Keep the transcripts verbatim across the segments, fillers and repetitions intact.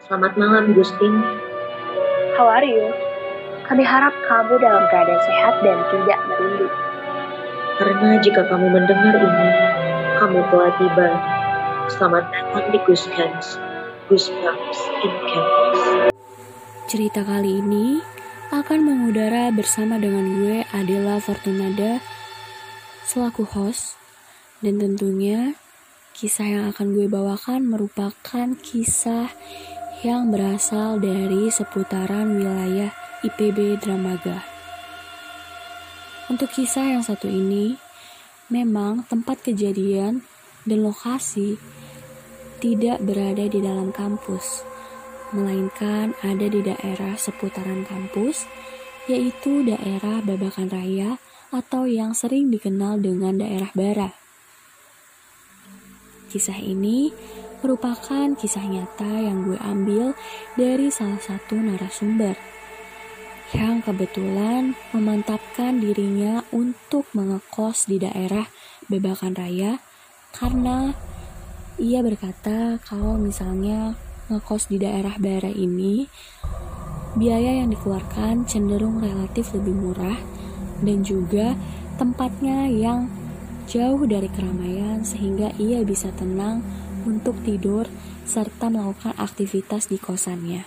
Selamat malam, Gustin. How are you? Kami harap kamu dalam keadaan sehat dan tidak merindu. Karena jika kamu mendengar ini, kamu telah tiba. Selamat datang di Guscans, Goosebumps in Campus. Cerita kali ini akan mengudara bersama dengan gue, Adela Fortunada, selaku host. Dan tentunya kisah yang akan gue bawakan merupakan kisah yang berasal dari seputaran wilayah I P B Dramaga. Untuk kisah yang satu ini, memang tempat kejadian dan lokasi tidak berada di dalam kampus, melainkan ada di daerah seputaran kampus, yaitu daerah Babakan Raya atau yang sering dikenal dengan daerah Bara. Kisah ini merupakan kisah nyata yang gue ambil dari salah satu narasumber yang kebetulan memantapkan dirinya untuk mengekos di daerah Babakan Raya karena ia berkata kalau misalnya ngekos di daerah Bara ini biaya yang dikeluarkan cenderung relatif lebih murah dan juga tempatnya yang jauh dari keramaian sehingga ia bisa tenang untuk tidur serta melakukan aktivitas di kosannya.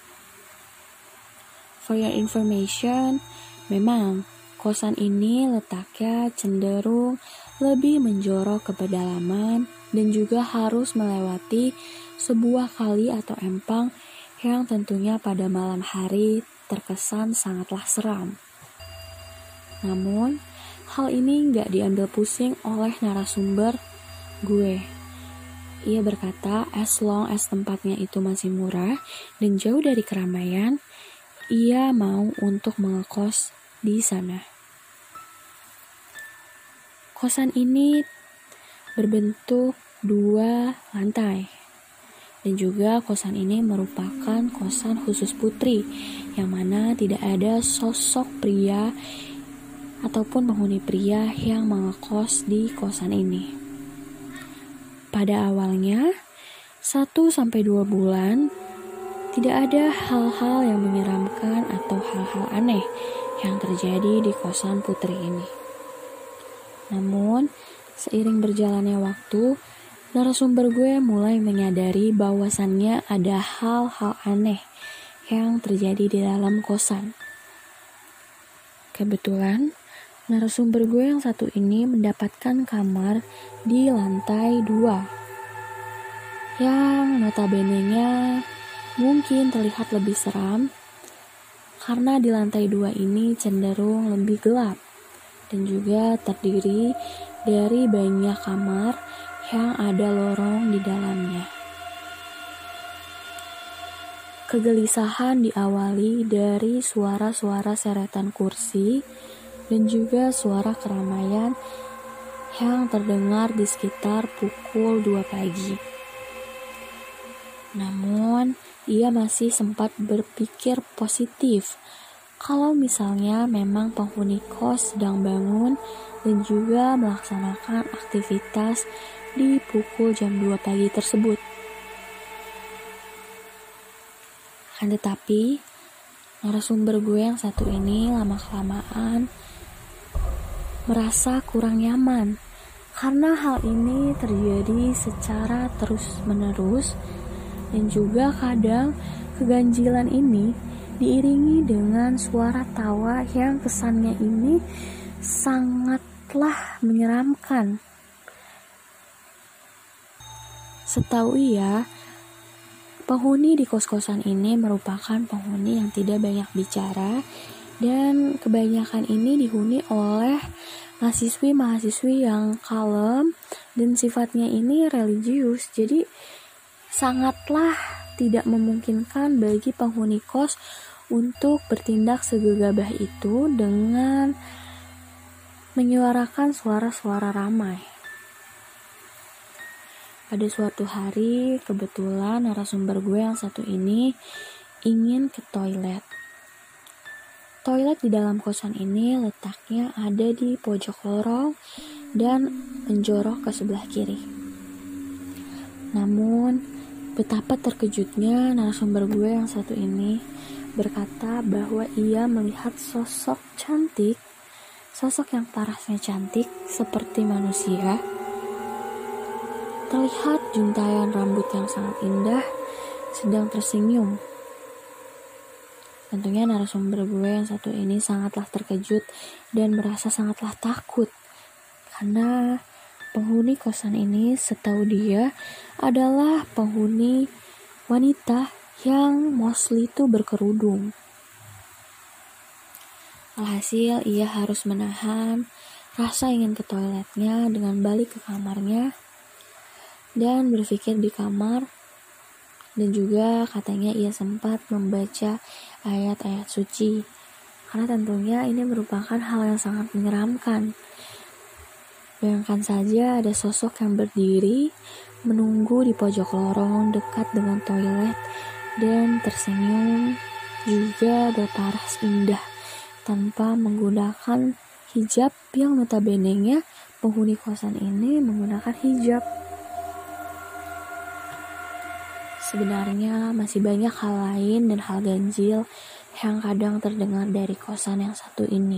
For your information, memang kosan ini letaknya cenderung lebih menjorok ke pedalaman dan juga harus melewati sebuah kali atau empang yang tentunya pada malam hari terkesan sangatlah seram. Namun, hal ini nggak diambil pusing oleh narasumber gue. Ia berkata, as long as tempatnya itu masih murah dan jauh dari keramaian, ia mau untuk mengekos di sana. Kosan ini berbentuk dua lantai. Dan juga kosan ini merupakan kosan khusus putri, yang mana tidak ada sosok pria ataupun penghuni pria yang mengekos di kosan ini. Pada awalnya, satu sampai dua bulan, tidak ada hal-hal yang menyeramkan atau hal-hal aneh yang terjadi di kosan putri ini. Namun, seiring berjalannya waktu, narasumber gue mulai menyadari bahwasannya ada hal-hal aneh yang terjadi di dalam kosan. Kebetulan, narasumber gue yang satu ini mendapatkan kamar di lantai dua yang notabene-nya mungkin terlihat lebih seram karena di lantai dua ini cenderung lebih gelap dan juga terdiri dari banyak kamar yang ada lorong di dalamnya. Kegelisahan diawali dari suara-suara seretan kursi dan juga suara keramaian yang terdengar di sekitar pukul dua pagi. Namun, ia masih sempat berpikir positif kalau misalnya memang penghuni kos sedang bangun dan juga melaksanakan aktivitas di pukul jam dua pagi tersebut. Akan tetapi, narasumber gue yang satu ini lama-kelamaan merasa kurang nyaman karena hal ini terjadi secara terus-menerus dan juga kadang keganjilan ini diiringi dengan suara tawa yang kesannya ini sangatlah menyeramkan. Setahu ia, penghuni di kos-kosan ini merupakan penghuni yang tidak banyak bicara dan kebanyakan ini dihuni oleh mahasiswi-mahasiswi yang kalem dan sifatnya ini religius. Jadi sangatlah tidak memungkinkan bagi penghuni kos untuk bertindak segegabah itu dengan menyuarakan suara-suara ramai. Pada suatu hari, kebetulan narasumber gue yang satu ini ingin ke toilet. Toilet di dalam kosan ini letaknya ada di pojok lorong dan menjorok ke sebelah kiri. Namun, Betapa terkejutnya narasumber gue yang satu ini berkata bahwa ia melihat sosok cantik, sosok yang parasnya cantik seperti manusia. Terlihat juntayan rambut yang sangat indah sedang tersenyum. Tentunya narasumber gue yang satu ini sangatlah terkejut dan merasa sangatlah takut. Karena penghuni kosan ini setahu dia adalah penghuni wanita yang mostly itu berkerudung. Alhasil ia harus menahan rasa ingin ke toiletnya dengan balik ke kamarnya dan berpikir di kamar, dan juga katanya ia sempat membaca ayat-ayat suci karena tentunya ini merupakan hal yang sangat menyeramkan. Bayangkan saja ada sosok yang berdiri menunggu di pojok lorong dekat dengan toilet dan tersenyum juga berparas indah tanpa menggunakan hijab yang notabene-nya penghuni kosan ini menggunakan hijab. Sebenarnya masih banyak hal lain dan hal ganjil yang kadang terdengar dari kosan yang satu ini.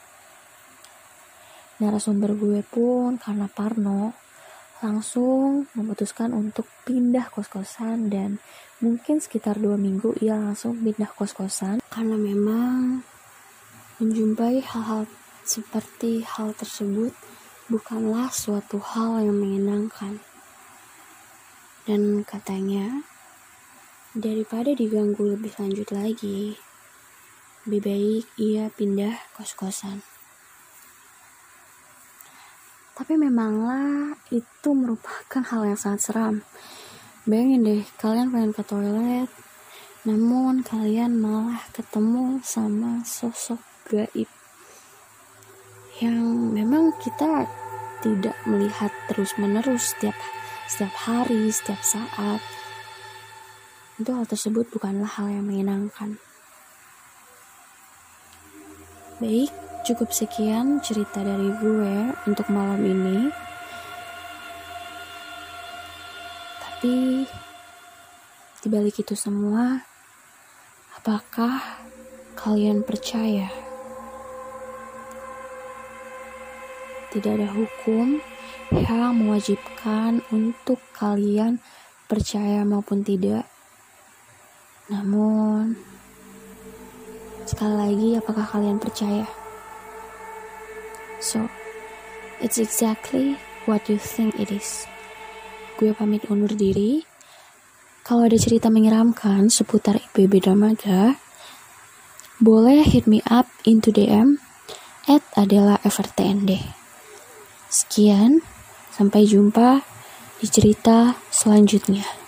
Narasumber gue pun karena parno langsung memutuskan untuk pindah kos-kosan dan mungkin sekitar dua minggu ia langsung pindah kos-kosan karena memang menjumpai hal-hal seperti hal tersebut bukanlah suatu hal yang menyenangkan. Dan katanya daripada diganggu lebih lanjut lagi, lebih baik ia pindah kos-kosan. Tapi memanglah itu merupakan hal yang sangat seram. Bayangin deh, kalian pengen ke toilet, namun kalian malah ketemu sama sosok gaib yang memang kita tidak melihat terus-menerus setiap setiap hari, setiap saat. Itu hal tersebut bukanlah hal yang menyenangkan. Baik, cukup sekian cerita dari gue untuk malam ini. Tapi dibalik itu semua, apakah kalian percaya tidak ada hukum yang mewajibkan untuk kalian percaya maupun tidak? Namun sekali lagi, apakah kalian percaya? So, it's exactly what you think it is. Gue pamit undur diri. Kalau ada cerita menyeramkan seputar I P B Dramaga, boleh hit me up into D M at Adela F R T N D. Sekian, sampai jumpa di cerita selanjutnya.